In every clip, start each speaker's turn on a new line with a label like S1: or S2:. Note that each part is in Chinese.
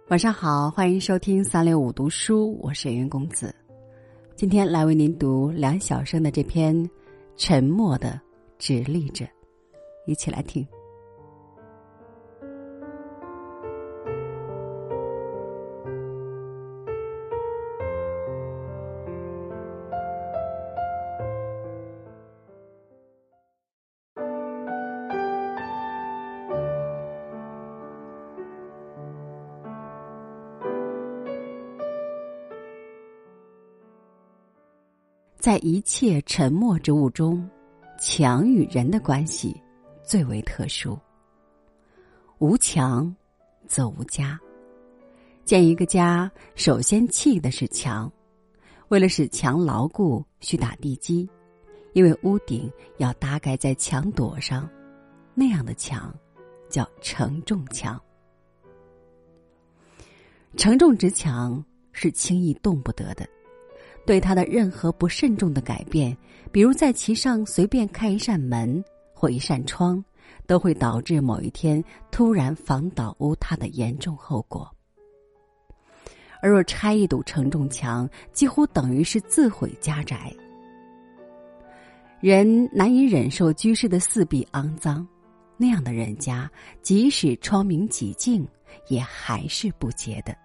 S1: 晚上好，欢迎收听365读书，我是云公子。今天来为您读梁晓声的这篇《沉默的直立着》，一起来听。在一切沉默之物中，墙与人的关系最为特殊。无墙则无家。建一个家，首先砌的是墙。为了使墙牢固，需打地基，因为屋顶要搭盖在墙垛上，那样的墙叫承重墙。承重之墙是轻易动不得的。对它的任何不慎重的改变，比如在其上随便开一扇门或一扇窗，都会导致某一天突然房倒屋塌的严重后果。而若拆一堵承重墙，几乎等于是自毁家宅。人难以忍受居室的四壁肮脏，那样的人家，即使窗明几净，也还是不洁的。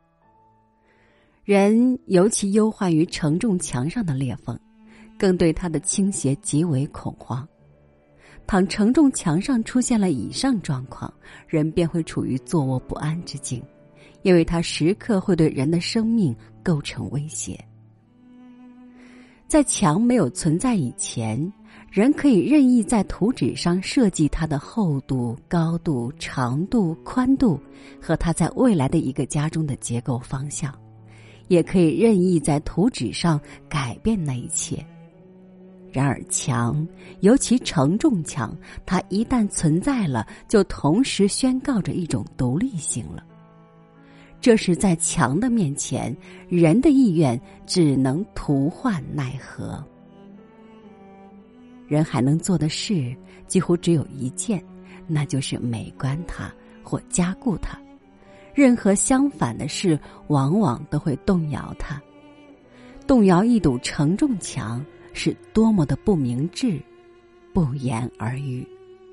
S1: 人尤其忧患于承重墙上的裂缝，更对它的倾斜极为恐慌。倘承重墙上出现了以上状况，人便会处于坐卧不安之境，因为它时刻会对人的生命构成威胁。在墙没有存在以前，人可以任意在图纸上设计它的厚度、高度、长度、宽度和它在未来的一个家中的结构方向，也可以任意在图纸上改变那一切。然而墙，尤其承重墙，它一旦存在了，就同时宣告着一种独立性了。这是在墙的面前，人的意愿只能徒唤奈何。人还能做的事几乎只有一件，那就是美观它或加固它。任何相反的事往往都会动摇它。动摇一堵承重墙是多么的不明智，不言而喻。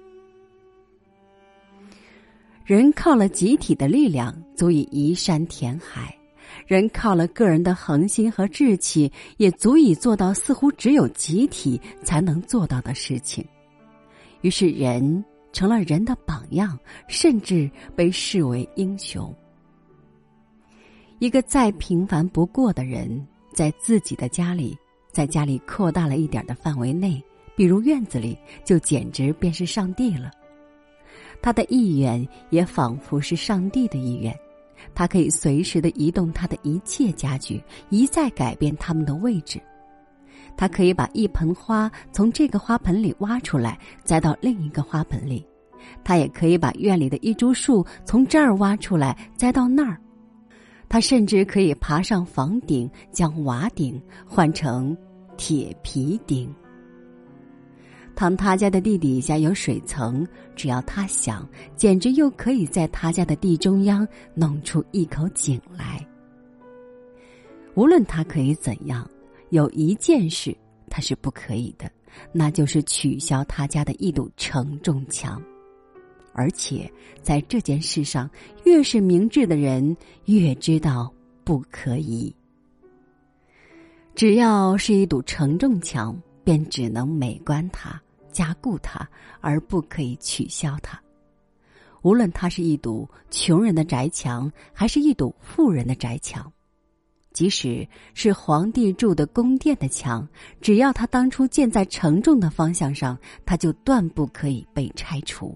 S1: 人靠了集体的力量足以移山填海，人靠了个人的恒心和志气也足以做到似乎只有集体才能做到的事情。于是人成了人的榜样，甚至被视为英雄。一个再平凡不过的人，在自己的家里，在家里扩大了一点的范围内，比如院子里，就简直便是上帝了。他的意愿也仿佛是上帝的意愿，他可以随时地移动他的一切家具，一再改变它们的位置。他可以把一盆花从这个花盆里挖出来，栽到另一个花盆里。他也可以把院里的一株树从这儿挖出来，栽到那儿。他甚至可以爬上房顶，将瓦顶换成铁皮顶。倘他家的地底下有水层，只要他想，简直又可以在他家的地中央弄出一口井来。无论他可以怎样，有一件事他是不可以的，那就是取消他家的一堵承重墙。而且在这件事上，越是明智的人越知道不可以。只要是一堵承重墙，便只能美观它，加固它，而不可以取消它。无论它是一堵穷人的宅墙，还是一堵富人的宅墙，即使是皇帝住的宫殿的墙，只要它当初建在承重的方向上，它就断不可以被拆除。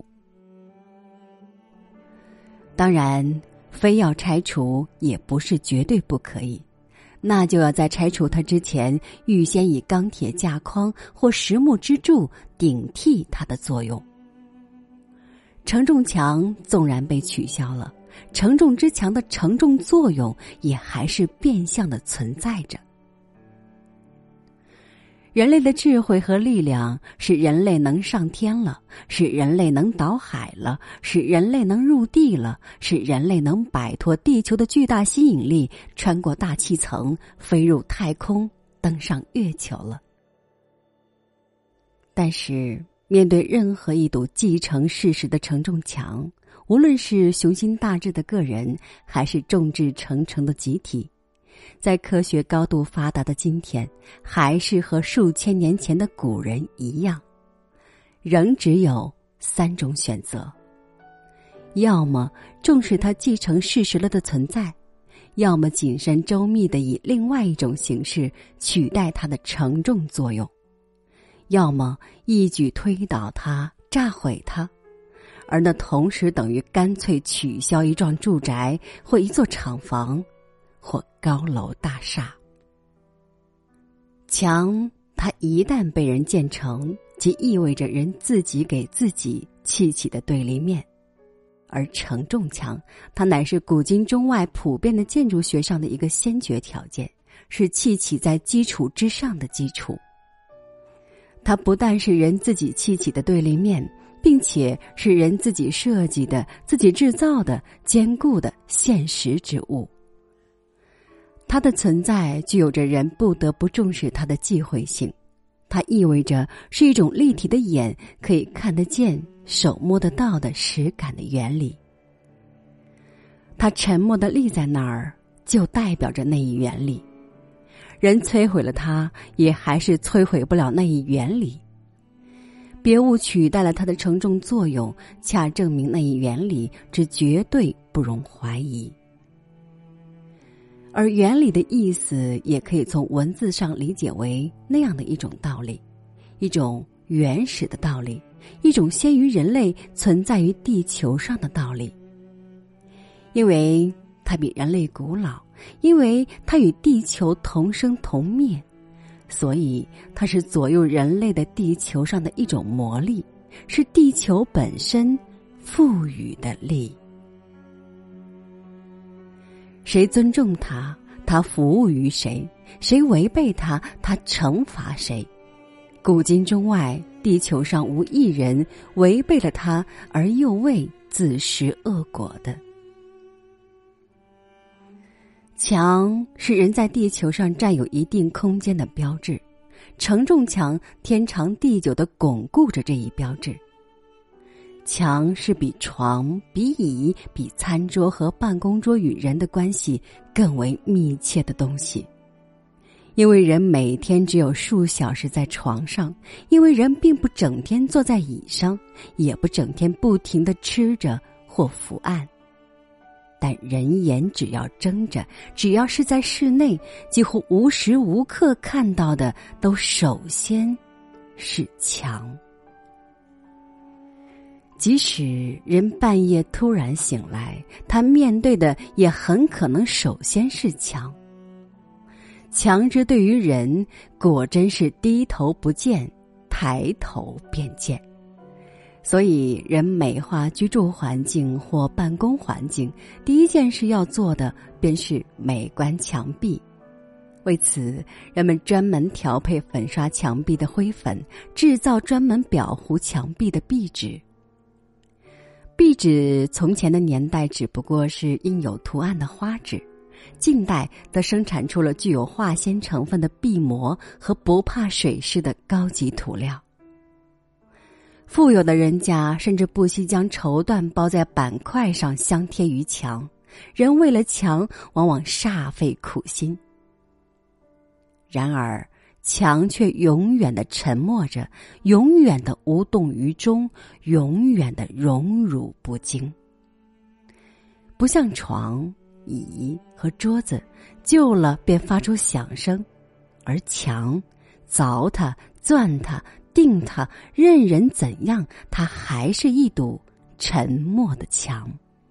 S1: 当然，非要拆除也不是绝对不可以，那就要在拆除它之前，预先以钢铁架框或实木支柱顶替它的作用。承重墙纵然被取消了，承重之墙的承重作用也还是变相的存在着。 人类的智慧和力量使人类能上天了，使人类能倒海了，使人类能入地了，使人类能摆脱地球的巨大吸引力，穿过大气层，飞入太空，登上月球了。但是面对任何一堵既成事实的承重墙，无论是雄心大志的个人，还是众志成城的集体，在科学高度发达的今天，还是和数千年前的古人一样，仍只有3种选择：要么重视它既成事实了的存在，要么谨慎周密地以另外一种形式取代它的承重作用，要么一举推倒它，炸毁它，而那同时等于干脆取消一幢住宅或一座厂房或高楼大厦。墙它一旦被人建成，即意味着人自己给自己砌起的对立面，而承重墙它乃是古今中外普遍的建筑学上的一个先决条件，是砌起在基础之上的基础。它不但是人自己砌起的对立面，并且是人自己设计的、自己制造的坚固的现实之物。它的存在具有着人不得不重视它的忌讳性，它意味着是一种立体的眼可以看得见、手摸得到的实感的原理。它沉默地立在那儿，就代表着那一原理。人摧毁了它，也还是摧毁不了那一原理。别物取代了它的承重作用，恰证明那一原理之绝对不容怀疑。而原理的意思也可以从文字上理解为那样的一种道理，一种原始的道理，一种先于人类存在于地球上的道理。因为它比人类古老，因为它与地球同生同灭，所以它是左右人类的地球上的一种魔力，是地球本身赋予的力。谁尊重它，它服务于谁；谁违背它，它惩罚谁。古今中外，地球上无一人违背了它而又未自食恶果的。墙是人在地球上占有一定空间的标志，承重墙天长地久地巩固着这一标志。墙是比床、比椅、比餐桌和办公桌与人的关系更为密切的东西。因为人每天只有数小时在床上，因为人并不整天坐在椅上，也不整天不停地吃着或伏案。但人眼只要睁着，只要是在室内，几乎无时无刻看到的都首先是墙。即使人半夜突然醒来，他面对的也很可能首先是墙。墙之对于人，果真是低头不见，抬头便见。所以人美化居住环境或办公环境，第一件事要做的便是美观墙壁。为此，人们专门调配粉刷墙壁的灰粉，制造专门裱糊墙壁的壁纸。壁纸从前的年代只不过是印有图案的花纸，近代则生产出了具有化纤成分的壁膜和不怕水湿的高级涂料。富有的人家甚至不惜将绸缎包在板块上相贴于墙，人为了墙往往煞费苦心。然而墙却永远的沉默着，永远的无动于衷，永远的荣辱不惊。不像床、椅和桌子，旧了便发出响声，而墙凿它、钻它、定它，任人怎样，它还是一堵沉默的墙。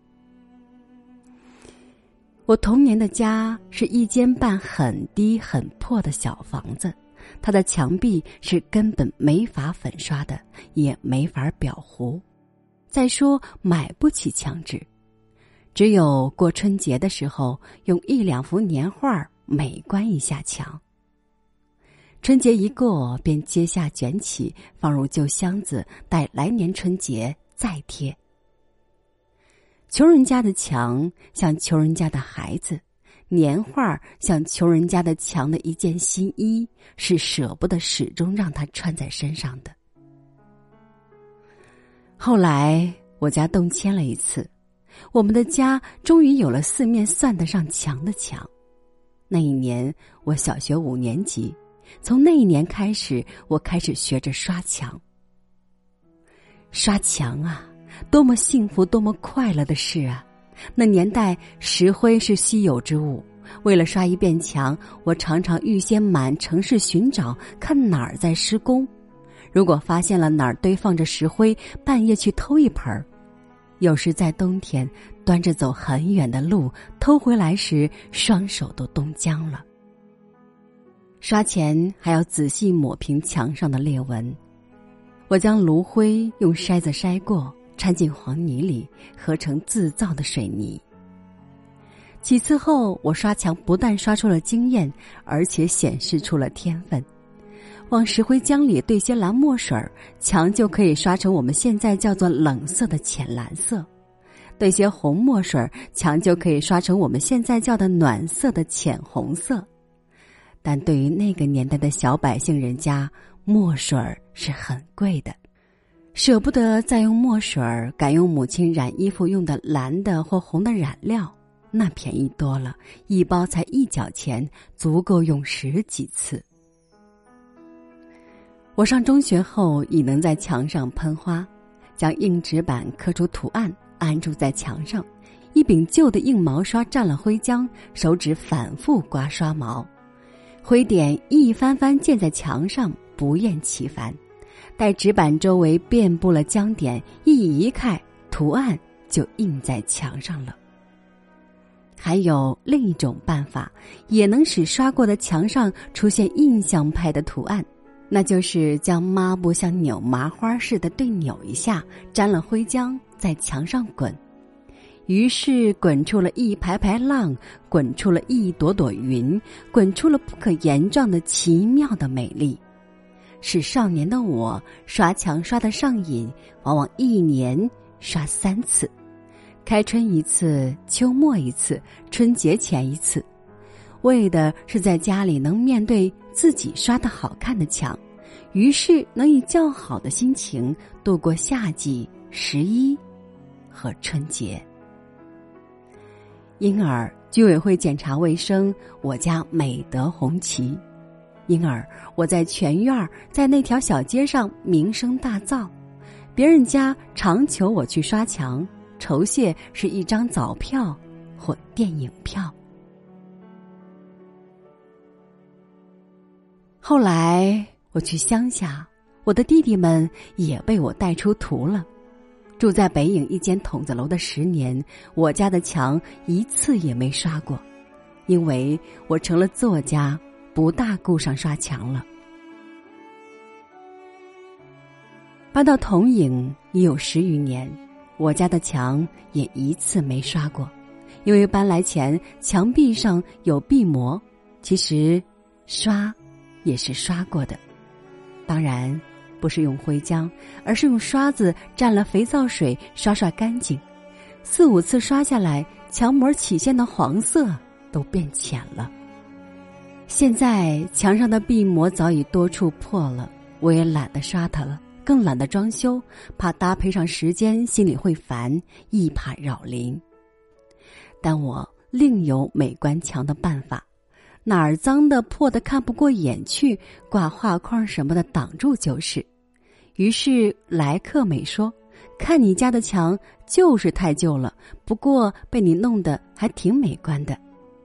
S1: 我童年的家是一间半很低很破的小房子，它的墙壁是根本没法粉刷的，也没法裱糊。再说买不起墙纸，只有过春节的时候用1-2幅年画美观一下墙。 春节一过，便揭下卷起，放入旧箱子，待来年春节再贴。穷人家的墙像穷人家的孩子，年画像穷人家的墙的一件新衣，是舍不得始终让它穿在身上的。后来我家动迁了一次，我们的家终于有了四面算得上墙的墙。那一年我小学5年级，从那一年开始，我开始学着刷墙。刷墙啊，多么幸福多么快乐的事啊！那年代石灰是稀有之物，为了刷一遍墙，我常常预先满城市寻找，看哪儿在施工。如果发现了哪儿堆放着石灰，半夜去偷一盆儿。有时在冬天端着走很远的路，偷回来时双手都冻僵了。刷前还要仔细抹平墙上的裂纹。我将炉灰用筛子筛过，掺进黄泥里，合成自造的水泥。几次后，我刷墙不但刷出了经验，而且显示出了天分。往石灰浆里兑些蓝墨水，墙就可以刷成我们现在叫做冷色的浅蓝色；兑些红墨水，墙就可以刷成我们现在叫的暖色的浅红色。但对于那个年代的小百姓人家，墨水是很贵的，舍不得再用墨水，改用母亲染衣服用的蓝的或红的染料，那便宜多了，一包才1角钱，足够用10几次。我上中学后已能在墙上喷花，将硬纸板刻出图案，安住在墙上，一柄旧的硬毛刷沾了灰浆，手指反复刮刷毛，灰点一番番溅在墙上，不厌其烦。待纸板周围遍布了浆点，一移开，图案就印在墙上了。还有另一种办法，也能使刷过的墙上出现印象派的图案，那就是将抹布像扭麻花似的对扭一下，沾了灰浆，在墙上滚。于是滚出了一排排浪，滚出了一朵朵云，滚出了不可言状的奇妙的美丽。使少年的我刷墙刷得上瘾，往往1年刷3次，开春一次，秋末一次，春节前一次，为的是在家里能面对自己刷得好看的墙，于是能以较好的心情度过夏季、11和春节。因而居委会检查卫生，我家美德红旗。因而我在全院，在那条小街上名声大噪，别人家常求我去刷墙，酬谢是一张早票或电影票。后来我去乡下，我的弟弟们也被我带出途了。住在北影一间筒子楼的10年，我家的墙一次也没刷过，因为我成了作家，不大顾上刷墙了。搬到筒影已有10余年，我家的墙也一次没刷过，因为搬来前墙壁上有壁膜，其实刷也是刷过的，当然不是用灰浆，而是用刷子蘸了肥皂水刷干净。4、5次刷下来，墙膜起现的黄色都变浅了。现在墙上的壁膜早已多处破了，我也懒得刷它了，更懒得装修，怕搭配上时间心里会烦，亦怕扰邻。但我另有美观墙的办法，哪儿脏的破的看不过眼去，挂画框什么的挡住就是。于是来客美说，看你家的墙就是太旧了，不过被你弄得还挺美观的。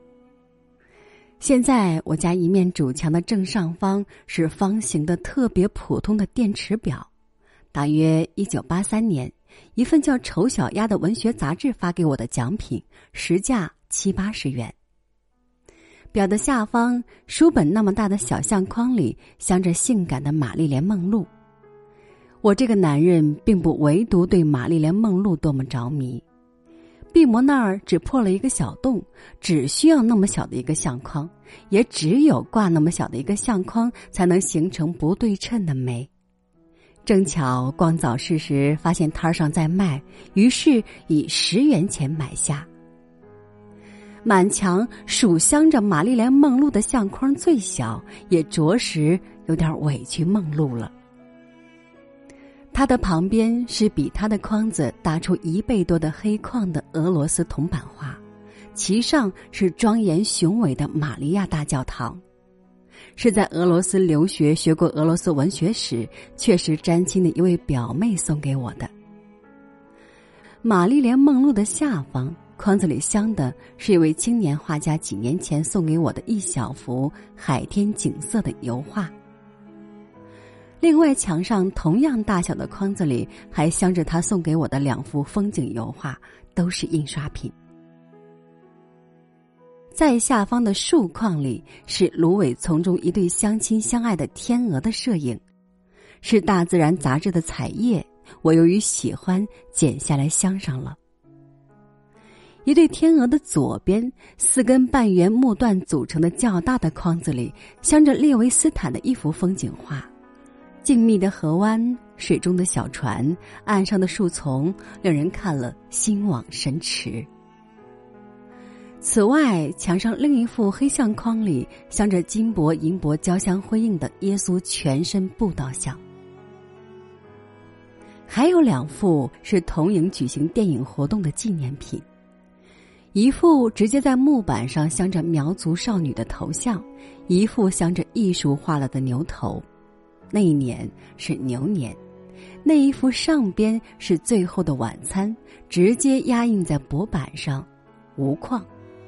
S1: 现在我家一面主墙的正上方是方形的特别普通的电池表，大约1983年一份叫《丑小鸭》的文学杂志发给我的奖品，实价70、80元。表的下方书本那么大的小相框里镶着性感的玛丽莲梦露。我这个男人并不唯独对玛丽莲梦露多么着迷， 壁膜那儿只破了一个小洞，只需要那么小的一个相框，也只有挂那么小的一个相框才能形成不对称的美。正巧逛早市时发现摊上在卖，于是以10元钱买下。满墙数镶着玛丽莲梦露的相框最小，也着实有点委屈梦露了。它的旁边是比它的框子大出1倍多的黑框的俄罗斯铜版画，其上是庄严雄伟的玛利亚大教堂。是在俄罗斯留学学过俄罗斯文学史，确实沾亲的一位表妹送给我的。玛丽莲梦露的下方框子里镶的是一位青年画家几年前送给我的一小幅海天景色的油画。另外墙上同样大小的框子里还镶着他送给我的2幅风景油画，都是印刷品。在下方的竖框里是芦苇丛中一对相亲相爱的天鹅的摄影，是大自然杂志的彩页，我由于喜欢剪下来镶上了。一对天鹅的左边4根半圆木段组成的较大的框子里镶着列维斯坦的一幅风景画，静谧的河湾，水中的小船，岸上的树丛，令人看了心往神驰。此外，墙上另一幅黑相框里镶着金箔银箔交相辉映的耶稣全身布道像，还有2幅是同营举行电影活动的纪念品，一幅直接在木板上镶着苗族少女的头像，一幅镶着艺术化了的牛头。那一年是牛年，那一幅上边是最后的晚餐，直接压印在薄板上，无框。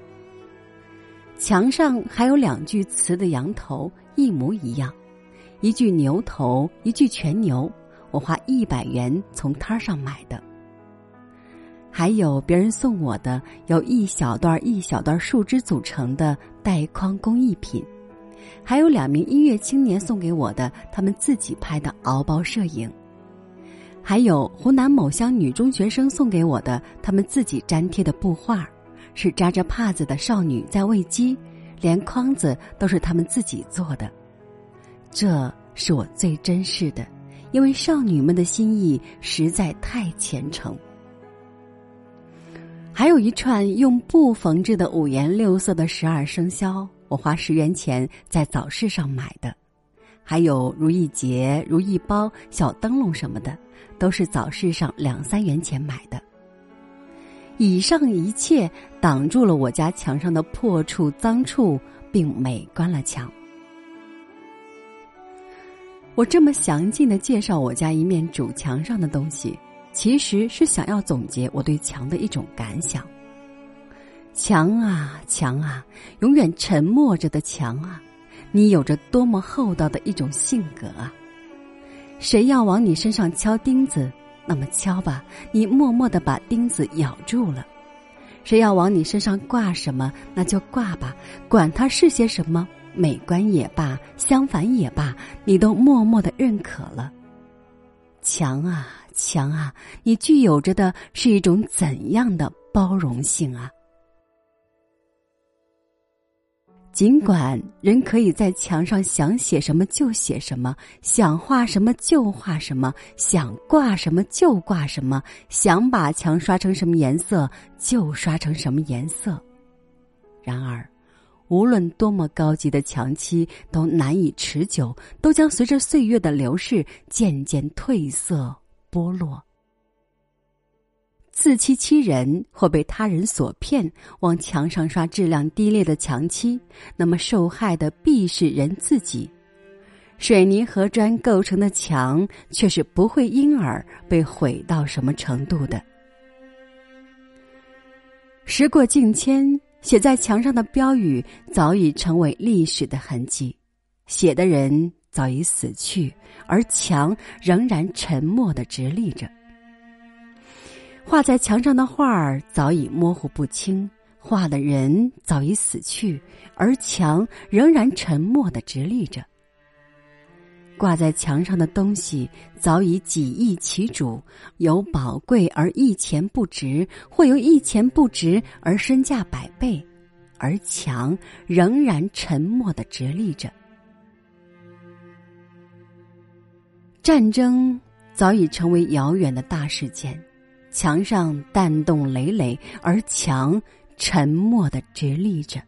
S1: 墙上还有2具瓷的羊头，一模一样，一具牛头，一具全牛，我花100元从摊上买的。还有别人送我的由一小段一小段树枝组成的带框工艺品，还有2名音乐青年送给我的他们自己拍的敖包摄影，还有湖南某乡女中学生送给我的他们自己粘贴的布画，是扎着帕子的少女在喂鸡，连框子都是他们自己做的。这是我最珍视的，因为少女们的心意实在太虔诚。还有一串用布缝制的5颜6色的12生肖，我花10元钱在早市上买的。还有如意结、如意包、小灯笼什么的，都是早市上2、3元钱买的。以上一切挡住了我家墙上的破处脏处，并美观了墙。我这么详尽地介绍我家一面主墙上的东西，其实是想要总结我对墙的一种感想。墙啊墙啊，永远沉默着的墙啊，你有着多么厚道的一种性格啊！谁要往你身上敲钉子，那么敲吧，你默默地把钉子咬住了。谁要往你身上挂什么，那就挂吧，管它是些什么，美观也罢，相反也罢，你都默默地认可了。墙啊墙啊，你具有着的是一种怎样的包容性啊！尽管人可以在墙上想写什么就写什么，想画什么就画什么，想挂什么就挂什么，想把墙刷成什么颜色就刷成什么颜色。然而，无论多么高级的墙漆都难以持久，都将随着岁月的流逝渐渐褪色剥落。自欺欺人或被他人所骗，往墙上刷质量低劣的墙漆，那么受害的必是人自己。水泥和砖构成的墙却是不会因而被毁到什么程度的。时过境迁，写在墙上的标语早已成为历史的痕迹，写的人早已死去，而墙仍然沉默地直立着。画在墙上的画儿早已模糊不清，画的人早已死去，而墙仍然沉默地直立着。 挂在墙上的东西早已几易其主，有宝贵而一钱不值，或由一钱不值而身价100倍，而墙仍然沉默地直立着。战争早已成为遥远的大事件，墙上弹洞累累，而墙沉默地直立着。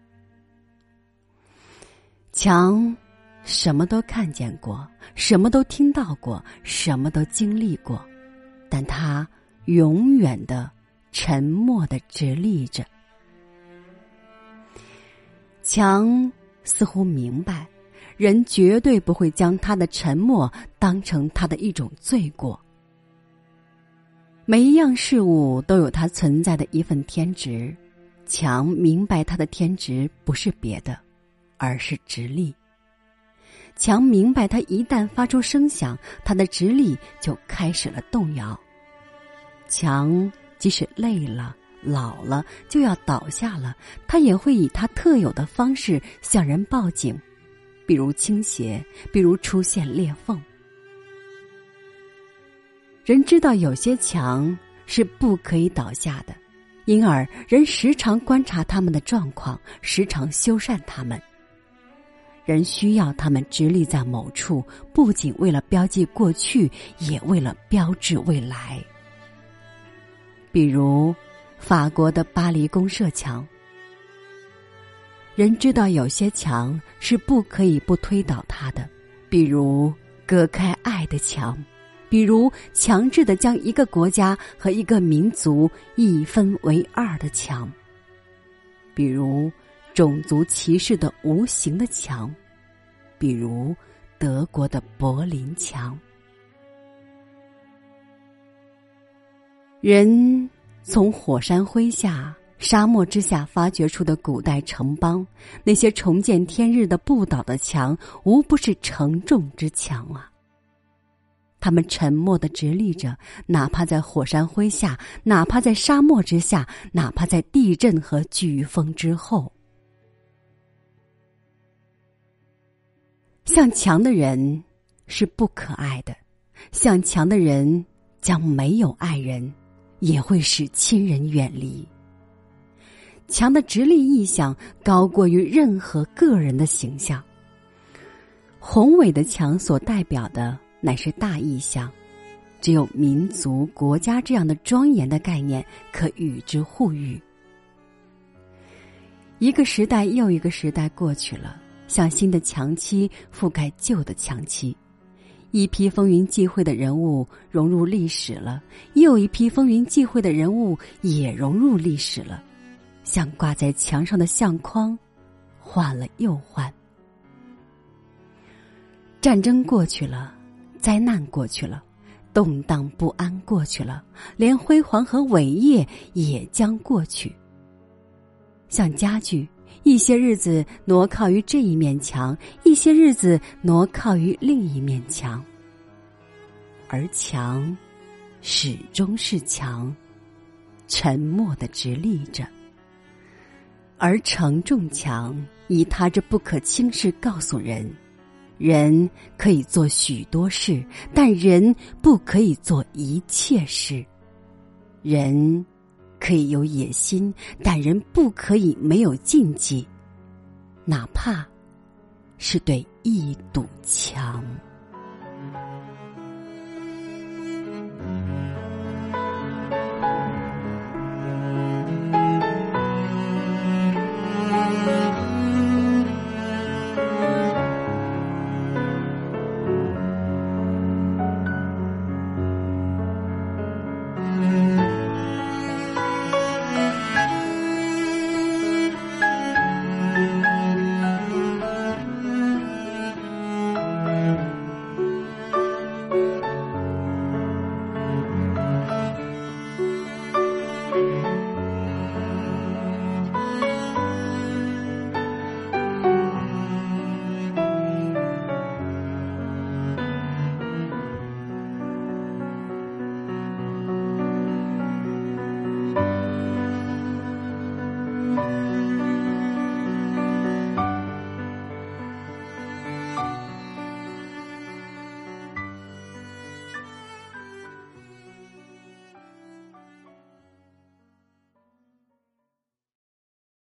S1: 墙什么都看见过，什么都听到过，什么都经历过，但它永远的沉默地直立着。墙似乎明白，人绝对不会将他的沉默当成他的一种罪过。每一样事物都有它存在的一份天职，墙明白它的天职不是别的，而是直立。墙明白，它一旦发出声响，它的直立就开始了动摇。墙即使累了、老了，就要倒下了，它也会以它特有的方式向人报警，比如倾斜，比如出现裂缝。人知道有些墙是不可以倒下的，因而人时常观察它们的状况，时常修缮它们。人需要它们直立在某处，不仅为了标记过去，也为了标志未来。比如法国的巴黎公社墙。人知道有些墙是不可以不推倒它的，比如隔开爱的墙，比如强制地将一个国家和一个民族一分为二的墙，比如种族歧视的无形的墙，比如德国的柏林墙。人从火山灰下、沙漠之下发掘出的古代城邦，那些重见天日的不倒的墙，无不是承重之墙啊！他们沉默地直立着，哪怕在火山灰下，哪怕在沙漠之下，哪怕在地震和飓风之后。像墙的人是不可爱的，像墙的人将没有爱人，也会使亲人远离。墙的直立意象高过于任何个人的形象。宏伟的墙所代表的乃是大意象，只有民族、国家这样的庄严的概念可与之互喻。一个时代又一个时代过去了，像新的墙漆覆盖旧的墙漆，一批风云际会的人物融入历史了，又一批风云际会的人物也融入历史了，像挂在墙上的相框，换了又换。战争过去了，灾难过去了，动荡不安过去了，连辉煌和伟业也将过去。像家具，一些日子挪靠于这一面墙，一些日子挪靠于另一面墙，而墙始终是墙，沉默地直立着。而承重墙以它这不可轻视告诉人，人可以做许多事，但人不可以做一切事。人可以有野心，但人不可以没有禁忌，哪怕是对一堵墙。